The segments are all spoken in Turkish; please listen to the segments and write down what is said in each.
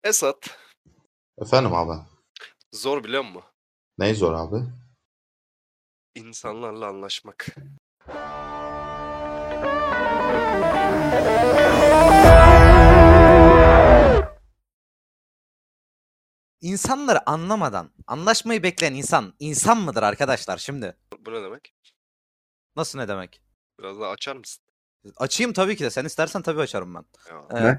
Esat, Efendim abi. zor biliyor musun? Ney zor abi? İnsanlarla anlaşmak. İnsanları anlamadan anlaşmayı bekleyen insan mıdır arkadaşlar şimdi? Bu ne demek? Nasıl ne demek? Biraz daha açar mısın? Açayım tabii ki de. Sen istersen tabii açarım ben. Ya, Ne?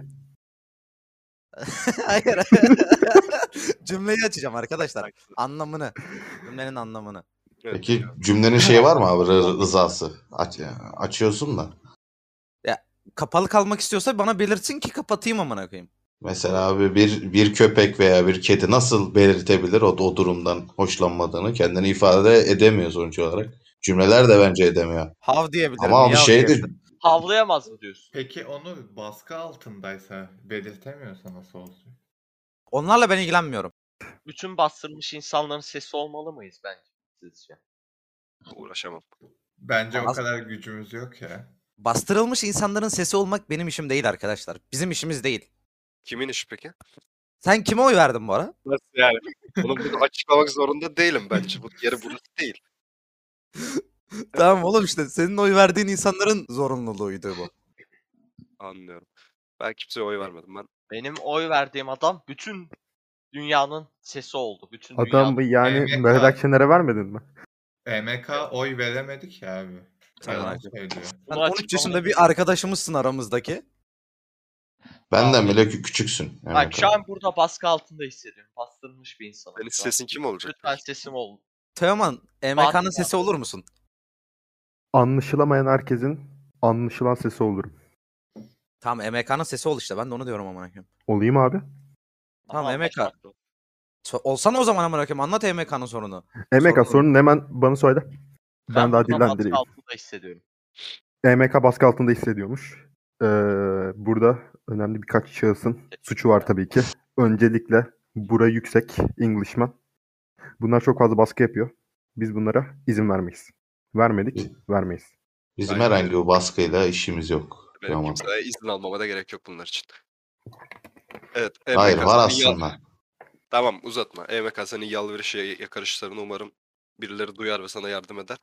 Hayır. Cümleyi açacağım arkadaşlar. Anlamını. Cümlenin anlamını. evet, Peki dinliyorum. cümlenin şeyi var mı abi rızası? Açıyorsun da. Kapalı kalmak istiyorsa bana belirtsin ki kapatayım amına koyayım. Mesela abi bir köpek veya bir kedi nasıl belirtebilir o durumdan hoşlanmadığını kendini ifade edemiyor sonuç olarak. Cümleler de bence edemiyor. Hav diyebilirim. Ama abi miyav şeydir. diyebilirim. Havlayamaz mı diyorsun? Peki onu baskı altındaysa belirtemiyorsa nasıl olacak? Onlarla ben ilgilenmiyorum. Bütün bastırılmış insanların sesi olmalı mıyız bence sizce? Uğraşamam. Bence o Az- kadar gücümüz yok ya. Bastırılmış insanların sesi olmak benim işim değil arkadaşlar. Bizim işimiz değil. Kimin işi peki? Sen kime oy verdin bu ara? Nasıl yani? Bunu burada açıklamak zorunda değilim bence. Bu yeri burası değil. Tamam oğlum işte senin oy verdiğin insanların zorunluluğuydu bu. Anlıyorum. Ben kimseye oy vermedim. Ben Benim oy verdiğim adam bütün dünyanın sesi oldu. Bütün Adam dünyanın... yani EMK. Mehmet Akşener'e vermedin mi? EMK oy veremedik ya abi. Tamam. Yalan söylüyor. Sen Bunu 13 açıklamak yaşında bir zorunda. arkadaşımızsın aramızdaki. Benden bile küçüksün. Bak Evet. şu an burada baskı altında hissediyorum. Bastırılmış bir insanım. senin şu an. sesin kim olacak? Lütfen sesim olun. Teoman, EMK'nın Fatih sesi olur musun? Anlaşılamayan herkesin anlaşılan sesi olurum. Tamam EMK'nın sesi ol işte. Ben de onu diyorum amına koyayım. Olayım abi. Tamam, Ama EMK. anlaşmak Olsana o zaman amına koyayım. Anlat EMK'nın sorunu. EMK Sorun. sorunu hemen bana söyle. Ben daha burada dillendireyim. baskı altında hissediyorum. EMK baskı altında hissediyormuş. Burada önemli birkaç şahısın suçu var tabii ki. Öncelikle Bura Yüksek, Englishman. Bunlar çok fazla baskı yapıyor. Biz bunlara izin vermeyiz. Vermedik, vermeyiz. Bizim Ben- herhangi bir baskıyla işimiz yok. Benim Tamam. kimseye izin almama da gerek yok bunlar için. Evet. Hayır EMK var senin aslında. Tamam uzatma. EMK senin yalvarış yakarışlarını umarım birileri duyar ve sana yardım eder.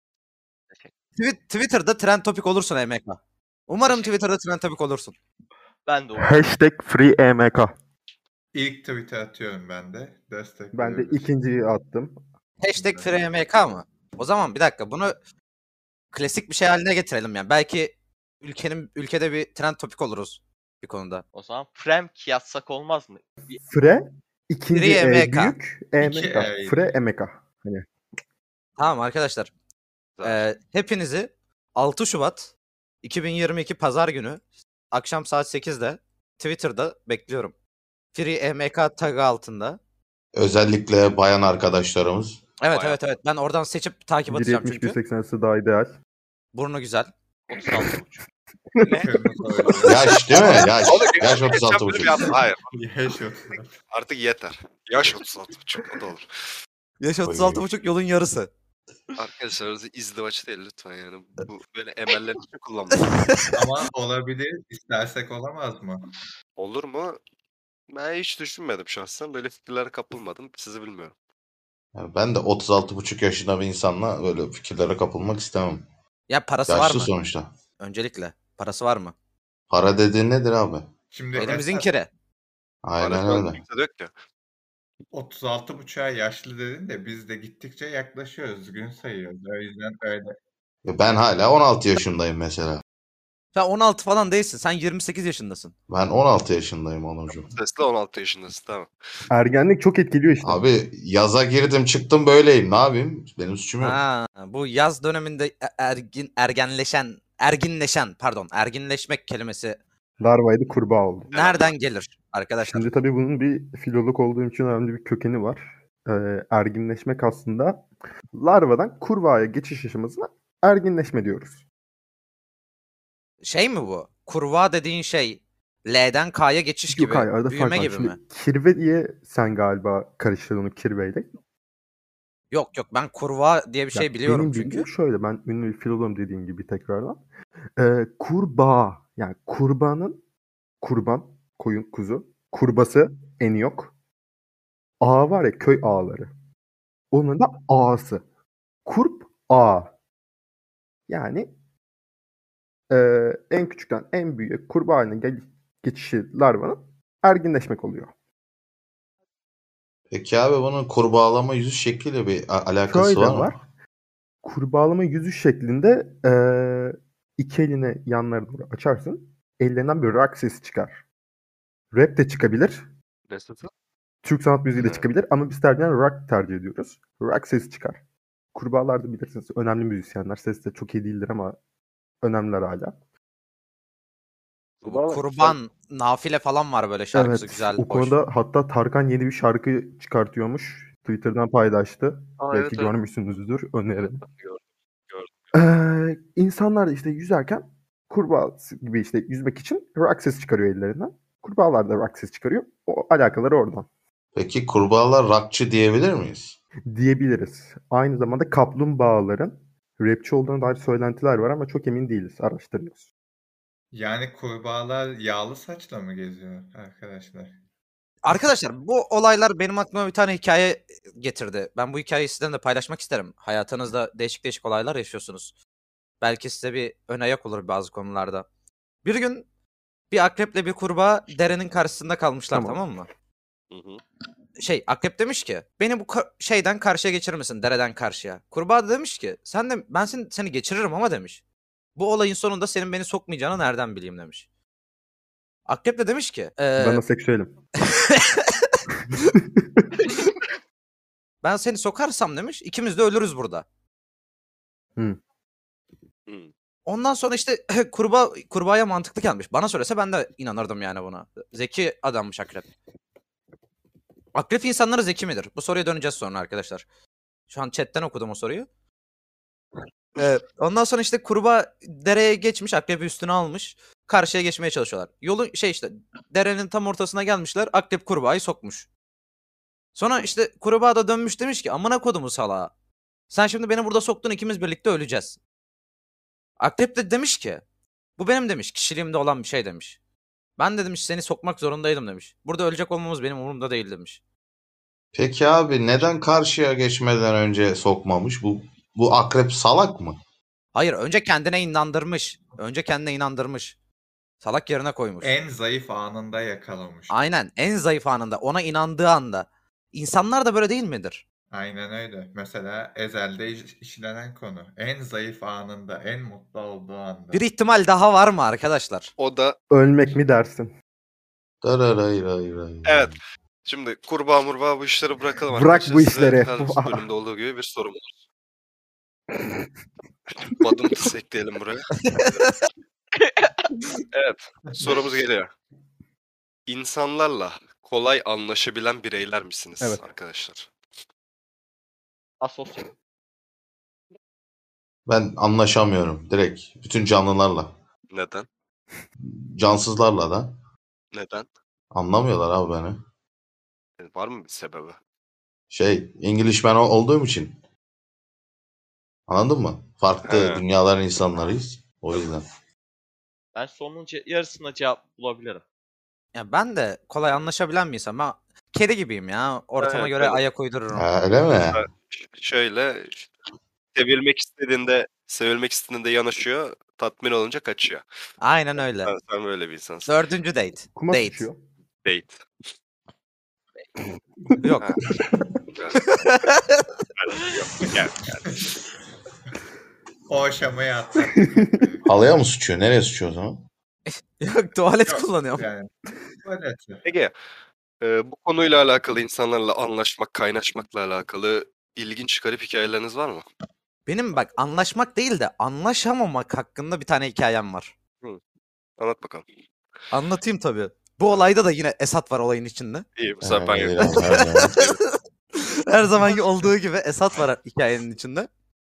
Twitter'da trend topic olursun EMK. Umarım Twitter'da trend topic olursun. Ben de Hashtag Free EMK. İlk tweet'e atıyorum ben de. Destek Ben de verebilirsin. ikinciyi attım. Hashtag free EMK mı? O zaman bir dakika bunu klasik bir şey haline getirelim yani. Belki ülkede bir trend topik oluruz bir konuda. o zaman Fremk yazsak olmaz mı? Fre, ikinci Free E EMK. büyük, İki EMK. E'ydi. Fre EMK. Hani Tamam arkadaşlar. Hepinizi 6 Şubat 2022 Pazar günü akşam saat 8'de Twitter'da bekliyorum. Free EMK tagı altında. Özellikle bayan arkadaşlarımız. Evet Bayağı. evet evet. Ben oradan seçip takip atacağım 1.70 çünkü. 1.80'sı daha ideal. Burnu güzel. 36,5. Kırmızı oynuyor. Yaş değil mi? Yaş. Oğlum, Yaş geçen 36 bölüm buçuk. yaptım. Hayır. Yaş yok. Artık yeter. Yaş 36,5 o da olur. Yaş 36,5 yolun yarısı. Arkadaşlar orası izdivaç değil lütfen yani. Bu böyle emelleri kullanmayın. Ama olabilir. İstersek olamaz mı? Olur mu? Ben hiç düşünmedim şahsen. Böyle fikirlere kapılmadım. Sizi bilmiyorum. Yani ben de 36,5 yaşında bir insanla böyle fikirlere kapılmak istemem. Ya parası var Yaşlı mı? sonuçta. Öncelikle. Parası var mı? Para dediğin nedir abi? Şimdi Elimizin Esat, kiri. Aynen Parası öyle. kimse de yok ya. 36,5'a yaşlı dedin de biz de gittikçe yaklaşıyoruz. Gün sayıyoruz. O yüzden öyle. Ben hala 16 yaşındayım mesela. Sen 16 falan değilsin. Sen 28 yaşındasın. Ben 16 yaşındayım Onurcuğum. Sesle 16 yaşındasın tamam. Ergenlik çok etkiliyor işte. Abi yaza girdim çıktım böyleyim. Ne yapayım? Benim suçum yok. Ha, bu yaz döneminde erginleşmek kelimesi Larvaydı kurbağa oldu. nereden gelir arkadaşlar? Şimdi tabii bunun bir filolog olduğum için önemli bir kökeni var. Erginleşmek aslında larvadan kurbağaya geçiş aşamasına erginleşme diyoruz. Şey mi bu? Kurbağa dediğin şey L'den K'ya geçiş gibi. Yok hayır arada Büyüme fark var. gibi Şimdi mi? kirve diye sen galiba karıştırdın onu kirveyle. Yok ben kurbağa diye bir şey Ya biliyorum benim çünkü. bildiğim şöyle, ben ünlü bir filologum dediğim gibi tekrardan. Kurbağa yani kurbanın kurban, koyun, kuzu, kurbası eni yok. Ağa var ya, köy ağaları. Onun da ağası. Kurp ağa. Yani en küçükten en büyüğe kurbağa haline geçişi larvanın erginleşmek oluyor. Peki abi bunun kurbağalama yüzü şekliyle bir alakası Şöyle var mı? var. Kurbağalama yüzü şeklinde iki elini yanlara doğru açarsın. Ellerinden bir rock sesi çıkar. Rap de çıkabilir. Ne sesi? Türk sanat müziği de Evet. çıkabilir ama biz tercihen rock tercih ediyoruz. Rock sesi çıkar. Kurbağalar da bilirsiniz önemli müzisyenler. Sesi de çok iyi değildir ama önemliler hala. Bu kurban, nafile falan var böyle şarkısı Evet, güzel, o hoş. konuda hatta Tarkan yeni bir şarkı çıkartıyormuş. Twitter'dan paylaştı. Aa, Belki evet. görmüşsünüzdür. Öneririm. Gördüm. İnsanlar da işte yüzerken kurbağa gibi işte yüzmek için rock sesi çıkarıyor ellerinden. Kurbağalar da rock sesi çıkarıyor. O alakaları oradan Peki kurbağalar rockçı diyebilir miyiz? diyebiliriz. Aynı zamanda kaplumbağaların rapçi olduğuna dair söylentiler var ama çok emin değiliz. Araştırıyoruz. Yani kurbağalar yağlı saçla mı geziyor arkadaşlar? Arkadaşlar bu olaylar benim aklıma bir tane hikaye getirdi. Ben bu hikayeyi sizinle de paylaşmak isterim. Hayatınızda değişik değişik olaylar yaşıyorsunuz. Belki size bir ön ayak olur bazı konularda. Bir gün bir akreple bir kurbağa derenin karşısında kalmışlar, Tamam. tamam mı? Hı hı. Akrep demiş ki beni bu şeyden karşıya geçirir misin, dereden karşıya? Kurbağa da demiş ki ben seni geçiririm ama demiş. Bu olayın sonunda senin beni sokmayacağını nereden bileyim demiş. Akrep de demiş ki Ben aseksüelim. ben seni sokarsam demiş ikimiz de ölürüz burada. Hı. Ondan sonra işte kurbağaya mantıklı gelmiş. Bana söylese ben de inanırdım yani buna. Zeki adammış akrep. Akrep insanları zeki midir? Bu soruya döneceğiz sonra arkadaşlar. Şu an chatten okudum o soruyu. Ondan sonra işte kurbağa dereye geçmiş, akrebi üstüne almış. Karşıya geçmeye çalışıyorlar. Yolun işte derenin tam ortasına gelmişler. Akrep kurbağayı sokmuş. Sonra işte kurbağa da dönmüş demiş ki amına kodumu salağa. Sen şimdi beni burada soktun, ikimiz birlikte öleceğiz. Akrep de demiş ki bu benim demiş kişiliğimde olan bir şey demiş. Ben de demiş seni sokmak zorundaydım demiş. Burada ölecek olmamız benim umurumda değil demiş. Peki abi neden karşıya geçmeden önce sokmamış? Bu akrep salak mı? Hayır, önce kendine inandırmış. Salak yerine koymuş. En zayıf anında yakalamış. Aynen, en zayıf anında, ona inandığı anda. İnsanlar da böyle değil midir? Aynen öyle. Mesela Ezel'de işlenen konu. En zayıf anında, en mutlu olduğu anda. Bir ihtimal daha var mı arkadaşlar? O da Ölmek mi dersin? Dararayray. evet. Şimdi kurbağa bu işleri bırakalım Bırak arkadaşlar. bu Size işleri. her bölümde olduğu gibi bir sorum var. Badımtıs ekleyelim buraya. Evet. Sorumuz geliyor. İnsanlarla kolay anlaşabilen bireyler misiniz Evet. arkadaşlar? Asosyal. Ben anlaşamıyorum direkt. Bütün canlılarla. Neden? Cansızlarla da. Neden? Anlamıyorlar abi beni. Var mı bir sebebi? Englishman olduğum için. Anladın mı? Farklı He. dünyaların insanlarıyız. O yüzden. Ben sonun yarısına cevap bulabilirim. Ya ben de kolay anlaşabilen bir insanım. Ben kedi gibiyim ya. Ortama Evet, göre evet. ayak uydururum. Ha, öyle mi? Şöyle sevilmek istediğinde yanaşıyor, tatmin olunca kaçıyor. Aynen öyle. Sen böyle bir insansın. 4. date. Kuma Date. sıçıyor. Date. Yok. Ha. Yok, gel. O aşamayı atlattık. Halıya mı sıçıyor? Nereye sıçıyor o zaman? Yok, tuvalet Yok, kullanıyorum. Yani. Tuvaleti. Peki, bu konuyla alakalı insanlarla anlaşmak, kaynaşmakla alakalı ilginç garip hikayeleriniz var mı? Benim bak anlaşmak değil de anlaşamamak hakkında bir tane hikayem var. Anlat bakalım. Anlatayım tabii. Bu olayda da yine Esat var olayın içinde. İyi, bu sefer ben İyi yapayım. lan, her zaman. Her zamanki olduğu gibi Esat var hikayenin içinde.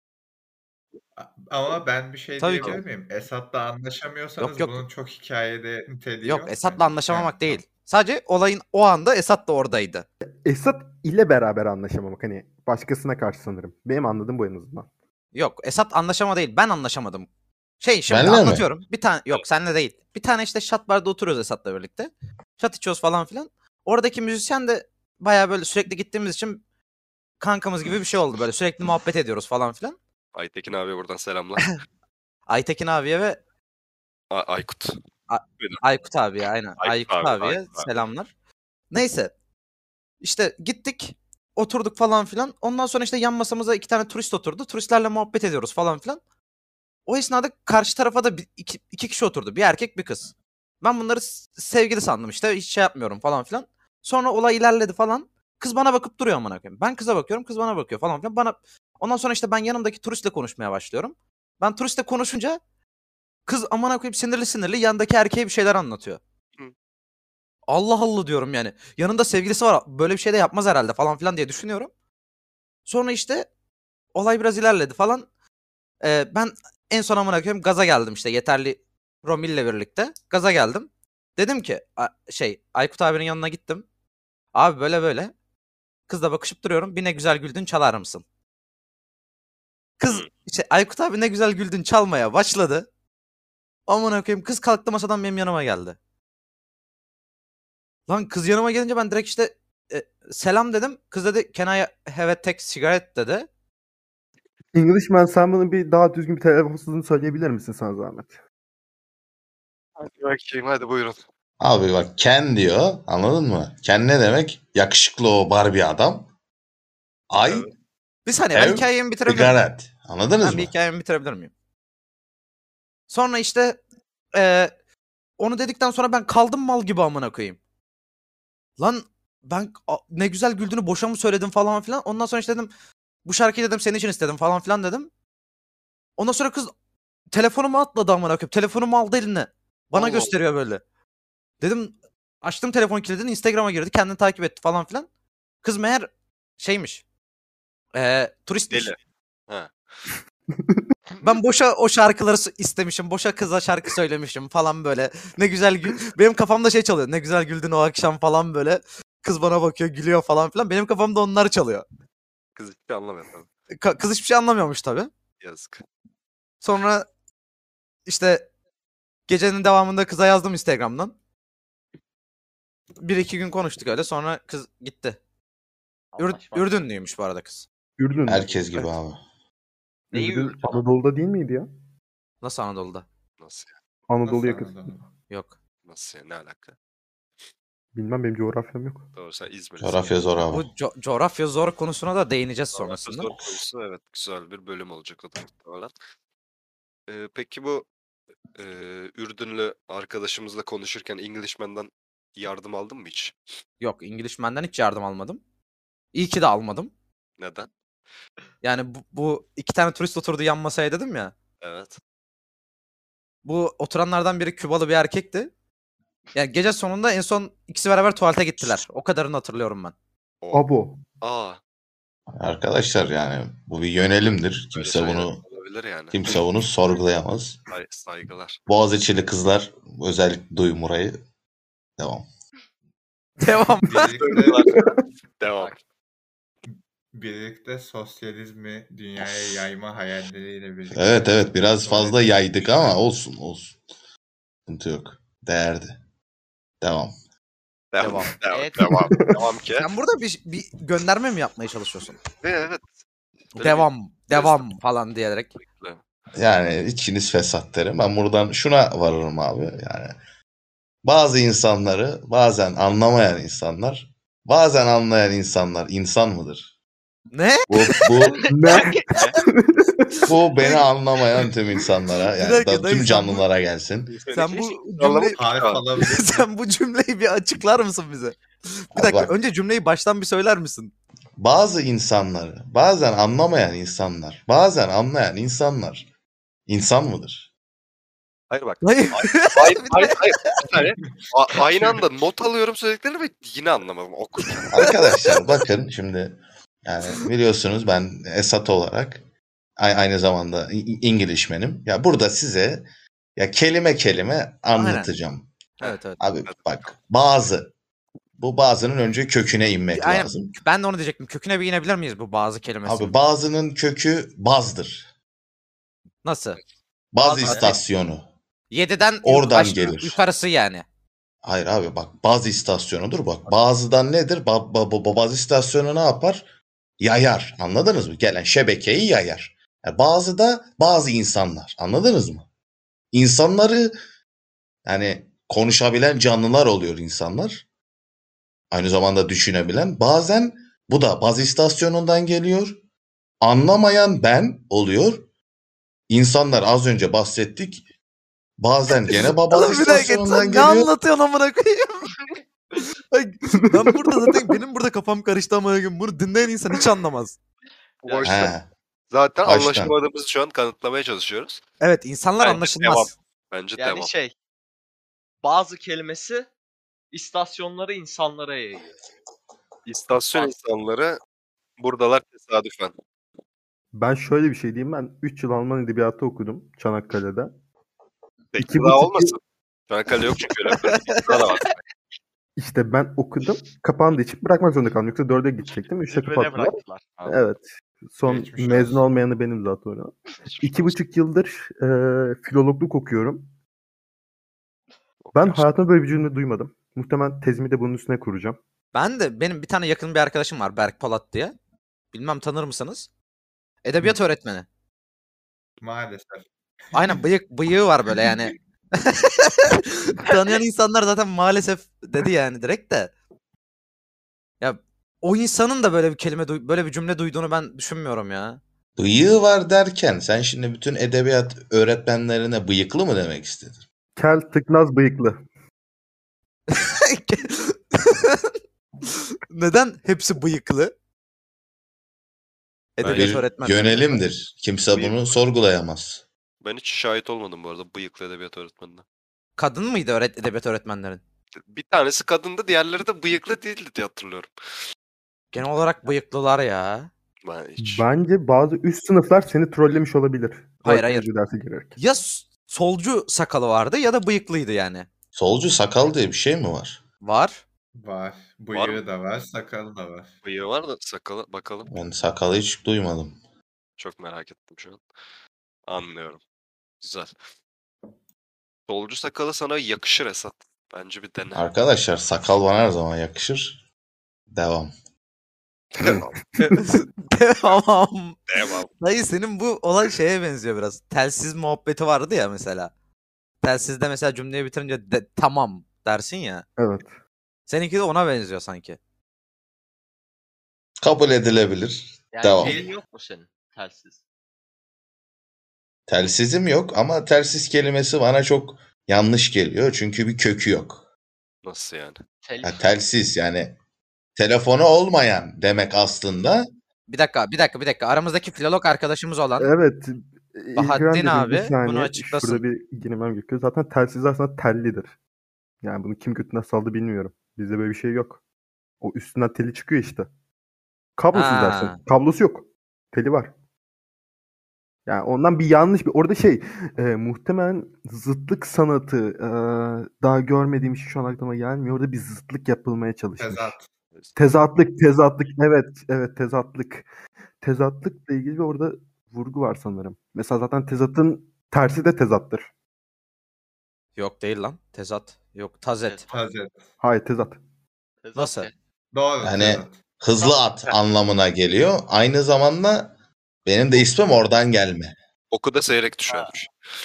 Ama ben bir şey Tabii ki. diyebilir miyim? Esat'la anlaşamıyorsanız Yok. bunun çok hikayede niteliği Yok, yok Esat'la mu? anlaşamamak Yani, değil. Sadece olayın o anda Esat da oradaydı. Esat ile beraber anlaşamamak. Hani başkasına karşı sanırım. Benim anladığım bu en azından. Yok, Esat anlaşama değil. Ben anlaşamadım. Şimdi Benle mi? anlatıyorum. Bir tane yok, senle değil. Bir tane işte şat barda oturuyoruz Esat'la birlikte. Şat içiyoruz falan filan. Oradaki müzisyen de bayağı böyle sürekli gittiğimiz için kankamız gibi bir şey oldu böyle. Sürekli muhabbet ediyoruz falan filan. Aytekin abi buradan selamlar. Aytekin abiye ve Aykut. Aykut abiye aynen. Aykut Aykut abi, abiye Aykut abi. selamlar. Neyse. İşte gittik. Oturduk falan filan. Ondan sonra işte yan masamıza 2 tane turist oturdu. Turistlerle muhabbet ediyoruz falan filan. O esnada karşı tarafa da iki kişi oturdu. Bir erkek bir kız. Ben bunları sevgili sandım işte. Hiç şey yapmıyorum falan filan. Sonra olay ilerledi falan. Kız bana bakıp duruyor amına koyayım. Ben kıza bakıyorum, kız bana bakıyor falan filan. Ondan sonra işte ben yanımdaki turistle konuşmaya başlıyorum. Ben turistle konuşunca kız amına koyayım sinirli sinirli yandaki erkeğe bir şeyler anlatıyor. Hı. Allah Allah diyorum yani. Yanında sevgilisi var. Böyle bir şey de yapmaz herhalde falan filan diye düşünüyorum. Sonra işte olay biraz ilerledi falan. Ben en son amına koyayım gaza geldim işte yeterli Romil'le birlikte. Gaza geldim. Dedim ki Aykut abinin yanına gittim. Abi böyle böyle. Kızla bakışıp duruyorum. Bir ne güzel güldün çalar mısın? Kız Aykut abi ne güzel güldün çalmaya başladı. Amına koyayım kız kalktı masadan benim yanıma geldi. Lan kız yanıma gelince ben direkt işte selam dedim. Kız dedi can I have a text cigarette dedi. Englishman sen bunu bir daha düzgün bir telaffuzunu söyleyebilir misin sana zahmet? Hadi bakayım hadi buyurun. Abi bak Ken diyor. Anladın mı? Ken ne demek? Yakışıklı o Barbie adam. Ay Evet. Bir saniye ben Ev, hikayemi bitirebilir miyim? sigaret. Anladınız Ben bir mı? hikayemi bitirebilir miyim? Sonra işte onu dedikten sonra ben kaldım mal gibi amına koyayım. Lan ben ne güzel güldüğünü boşa mı söyledim falan filan. Ondan sonra işte dedim bu şarkıyı dedim senin için istedim falan filan dedim. Ondan sonra kız telefonumu atladı amına koyayım. Telefonumu aldı eline. Bana Allah gösteriyor böyle. Dedim açtım telefon kilidini Instagram'a girdi. Kendini takip etti falan filan. Kız meğer şeymiş. Turistmiş. Deli. Ha. Ben boşa o şarkıları istemişim. Boşa kıza şarkı söylemişim falan böyle. Ne güzel benim kafamda şey çalıyor. Ne güzel güldün o akşam falan böyle. Kız bana bakıyor, gülüyor falan filan. Benim kafamda onlar çalıyor. Kız hiçbir şey anlamıyor tabii. Kız hiçbir şey anlamıyormuş tabii. Yazık. Sonra işte gecenin devamında kıza yazdım Instagram'dan. 1-2 gün konuştuk öyle. Sonra kız gitti. Anlaşmak. Ürdünlüymüş bu arada kız. Ürdün. Herkes gibi Evet. abi. Neyi Ürdün Ürdün? Anadolu'da değil miydi ya? Nasıl Anadolu'da? Nasıl ya? Anadolu Nasıl yakası. Anadolu? Yok. Nasıl ya? Ne alaka? Bilmem benim coğrafyam yok. Doğru sen İzmir'sin. Coğrafya zor abi. Bu coğrafya zor konusuna da değineceğiz Coğrafya sonrasında. zor konusu evet güzel bir bölüm olacak o da muhtemelen. Peki bu Ürdünlü arkadaşımızla konuşurken Englishman'dan yardım aldın mı hiç? Yok İngilizcenden hiç yardım almadım. İyi ki de almadım. Neden? Yani bu 2 tane turist oturdu yan masaya dedim ya. Evet. Bu oturanlardan biri Kübalı bir erkekti. Yani gece sonunda en son ikisi beraber tuvalete gittiler. O kadarını hatırlıyorum ben. Abo. Aa, Arkadaşlar yani bu bir yönelimdir. böyle Kimse şeyler bunu olabilir yani. sorgulayamaz. Saygılar. Boğaziçi'li kızlar özellikle duyun burayı. Devam. Devam. Devam. Birlikte sosyalizmi dünyaya yayma hayalleriyle birlikte. Evet biraz fazla yaydık ama olsun. Sıkıntı yok. Değerdi. Devam. Devam. Evet. Devam ki. Sen burada bir gönderme mi yapmaya çalışıyorsun? Evet. Böyle Devam falan diyerek. Yani içiniz fesat derim. Ben buradan şuna varırım abi. Yani bazı insanları bazen anlamayan insanlar, bazen anlayan insanlar insan mıdır? Ne? Ne? Bu beni anlamayan tüm insanlara Bir yani dakika, da dayı, tüm sen canlılara gelsin. Sen bu cümleyi Tarif alabilir miyim? sen bu cümleyi bir açıklar mısın bize? Bir dakika Bak, önce cümleyi baştan bir söyler misin? bazı insanları bazen anlamayan insanlar, bazen anlayan insanlar insan mıdır? Hayır bak. Hayır. Hayır. Bir saniye. Aynı anda not alıyorum söylediklerini ve yine anlamadım. Oku. Arkadaşlar bakın şimdi yani biliyorsunuz ben Esat olarak aynı zamanda İngilizmenim. Ya burada size ya kelime kelime anlatacağım. Evet. Abi bak bu bazının önce köküne inmek Aynen. lazım. Ben de onu diyecektim. Köküne bir inebilir miyiz bu bazı kelimesinin? Abi bazının kökü bazdır. Nasıl? Baz Baz, evet. istasyonu. 7'den Oradan gelir. yukarısı yani. Hayır abi bak baz istasyonudur bak. Bazıdan nedir? Baz istasyonu ne yapar? Yayar. Anladınız mı? Gelen şebekeyi yayar. Bazı da bazı insanlar. Anladınız mı? İnsanları yani konuşabilen canlılar oluyor insanlar. Aynı zamanda düşünebilen. Bazen bu da baz istasyonundan geliyor. Anlamayan ben oluyor. İnsanlar az önce bahsettik. Bazen gene baz Oğlum bir dakika istasyonundan sen ne geliyor. anlatıyorsun amına koyayım? Bak, ben burada zaten benim burada kafam karıştı amına koyayım. Bunu dinleyen insan hiç anlamaz. Boşver. He. Zaten Baştan. anlaşamadığımızı şu an kanıtlamaya çalışıyoruz. Evet insanlar Bence anlaşılmaz. devam. Bence Yani devam. bazı kelimesi istasyonları insanlara yayıyor. İstasyon insanları buradalar tesadüfen. Ben şöyle bir şey diyeyim. Ben 3 yıl Alman edebiyatı okudum Çanakkale'de. Peki 2,5 daha yıl olmasın. Çanakkale yok çünkü öyle. Daha da var. işte ben okudum. Kapandığı için bırakmak zorunda kaldım. Yoksa 4'e gidecektim. 3'te Zirvede kapattılar. bıraktılar. Evet. Son Geçmiş mezun olsun. olmayanı benim zaten orada. Geçmiş olsun. 2,5 yıldır filologluk okuyorum. Ben Okuyorsun. hayatımda böyle bir cümle duymadım. Muhtemelen tezimi de bunun üstüne kuracağım. Benim bir tane yakın bir arkadaşım var Berk Polat diye. Bilmem tanır mısınız? Edebiyat öğretmeni. Maalesef. Aynen bıyığı var böyle yani. Tanıyan insanlar zaten maalesef dedi yani direkt de. Ya o insanın da böyle bir böyle bir cümle duyduğunu ben düşünmüyorum ya. Bıyığı var derken sen şimdi bütün edebiyat öğretmenlerine bıyıklı mı demek istedin? Kel, tıknaz, bıyıklı. Neden hepsi bıyıklı? Edebiyat Bir öğretmenleri. yönelimdir. Kimse Bıyık. bunu sorgulayamaz. Ben hiç şahit olmadım bu arada bıyıklı edebiyat öğretmenine. Kadın mıydı edebiyat öğretmenlerin? Bir tanesi kadındı, diğerleri de bıyıklı değildi diye hatırlıyorum. Genel olarak bıyıklılar ya. Ben hiç... Bence bazı üst sınıflar seni trollemiş olabilir. Hayır, Öğretmen dersi girerken. Ya solcu sakalı vardı ya da bıyıklıydı yani. Solcu sakal diye bir şey mi var? Var. Var. Var Bıyığı mı? da var, sakalı da var. Bıyığı var da sakalı bakalım. Ben sakalı hiç duymadım. Çok merak ettim şu an. Anlıyorum. Güzel. Solcu sakalı sana yakışır Esat. Bence bir dene. Arkadaşlar sakal bana her zaman yakışır. Devam. Devam. Devam. Devam. Dayı senin bu olay şeye benziyor biraz. Telsiz muhabbeti vardı ya mesela. Telsizde mesela cümleyi bitirince tamam dersin ya. Evet. Seninki de ona benziyor sanki. Kabul edilebilir. Yani Devam. telin yok mu senin telsiz? Telsizim yok ama telsiz kelimesi bana çok yanlış geliyor. Çünkü bir kökü yok. Nasıl yani? Telif. Ya telsiz yani telefonu olmayan demek aslında. Bir dakika. Aramızdaki filolog arkadaşımız olan Evet. Bahattin İlgilendirdim, abi bir saniye. bunu açıklasın. Şurada bir girmem gerekiyor. Zaten telsiz aslında tellidir. Yani bunu kim götüne saldı bilmiyorum. Bizde böyle bir şey yok. O üstünden teli çıkıyor işte. Kablosuz Ha. dersin. Kablosu yok. Teli var. Yani ondan bir yanlış bir orada muhtemelen zıtlık sanatı daha görmediğim şey şu an aklıma gelmiyor. Orada bir zıtlık yapılmaya çalışmış. Tezat. Tezatlık. Evet tezatlık. Tezatlıkla ilgili bir orada vurgu var sanırım. Mesela zaten tezatın tersi de tezattır. Yok değil lan. Tezat. Yok tazet. Tazet. Hayır tezat. Tezat Nasıl? ya. Doğru Yani tezat. hızlı at anlamına geliyor. Aynı zamanda benim de ismim oradan gelme. Oku da seyrek düşüyormuş.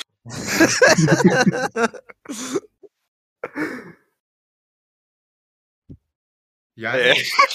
Yani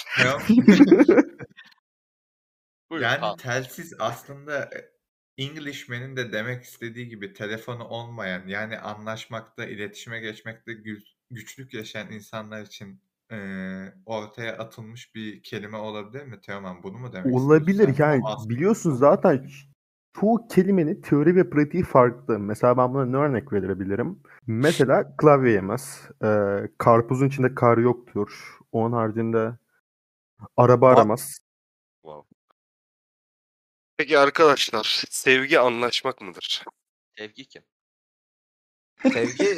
Buyurun yani Kaan. telsiz aslında Englishman'in de demek istediği gibi telefonu olmayan yani anlaşmakta, iletişime geçmekte güçlük yaşayan insanlar için ortaya atılmış bir kelime olabilir mi Teoman? Bunu mu demek Olabilir istiyorsun sen? yani O aslında biliyorsun zaten çoğu kelimenin teori ve pratiği farklı. Mesela ben buna ne örnek verebilirim? Mesela klavye yemez. Karpuzun içinde kar yoktur. Onun haricinde araba aramaz. Wow. Peki arkadaşlar, sevgi anlaşmak mıdır? Sevgi kim? Sevgi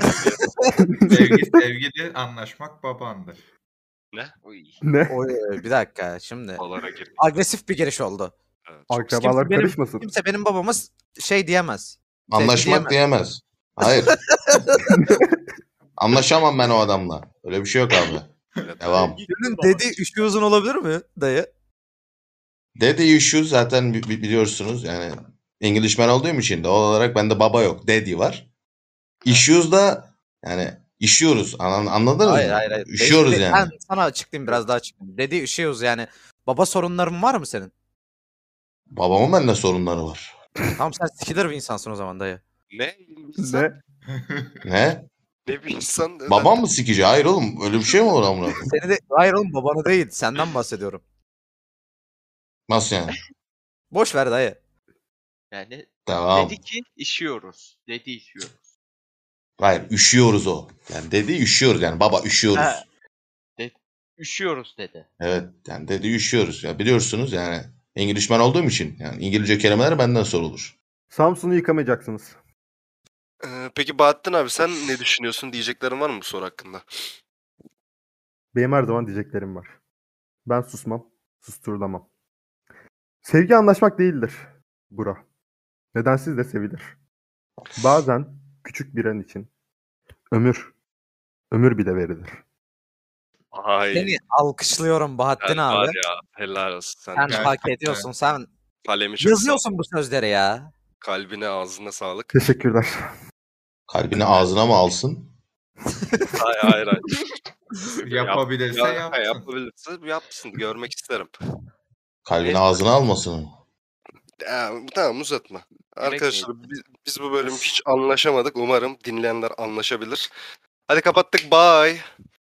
sevgidir, anlaşmak babandır. Ne? Uy. Ne? bir dakika şimdi. Balara gir. Agresif bir giriş oldu. Evet, çok Akrabalar Kimse benim- karışmasın. Kimse benim babama şey diyemez. Sevgi Anlaşmak diyemez. Hayır. Anlaşamam ben o adamla. Öyle bir şey yok abi. Evet. Devam. Senin dediği üçlü uzun olabilir mi dayı? Daddy issues zaten biliyorsunuz yani İngilizmen olduğum için doğal olarak bende baba yok. Daddy var. Issues da yani işiyoruz. Anladınız Hayır mı? hayır hayır. Üşüyoruz Ben yani. sana açıklayayım biraz daha açıklayayım. Dediği üşüyoruz yani. Baba sorunların var mı senin? Babamın bende sorunları var. Tamam sen sikilir bir insansın o zaman dayı. Ne? İnsan, Ne? Ne? ne bir insan? Babam mı sikici? Hayır oğlum. Öyle bir şey mi olur amına? Seni de hayır oğlum babanı değil senden bahsediyorum. Nasıl yani? Boş ver dayı. Yani Tamam. dedi ki işiyoruz. Dedi işiyoruz. Hayır üşüyoruz o. Yani dedi üşüyoruz yani baba üşüyoruz. Ha. Üşüyoruz dedi. Evet yani dedi üşüyoruz. Ya biliyorsunuz yani İngilizmen olduğum için yani İngilizce kelimeler benden sorulur. Samsun'u yıkamayacaksınız. Peki Bahattin abi sen ne düşünüyorsun? Diyeceklerin var mı bu soru hakkında? Benim her zaman diyeceklerim var. Ben susmam, susturulamam. Sevgi anlaşmak değildir Bura. Nedensiz de sevilir. Bazen küçük bir an için ömür bile verilir. Ay. Seni alkışlıyorum Bahattin Sen abi. var ya helal olsun. Sen Sen Gerçekten. hak ediyorsun. Sen kalemi çok yazıyorsun bu sözleri ya. kalbine ağzına sağlık. Teşekkürler. Kalbini ağzına mı alsın? Hayır. Yapabilirse yapsın. Yapabilirse yapsın. Görmek isterim. Kalbini Neyse. ağzına almasın mı? Tamam uzatma. Arkadaşlar biz bu bölüm hiç anlaşamadık. Umarım dinleyenler anlaşabilir. Hadi kapattık. Bye.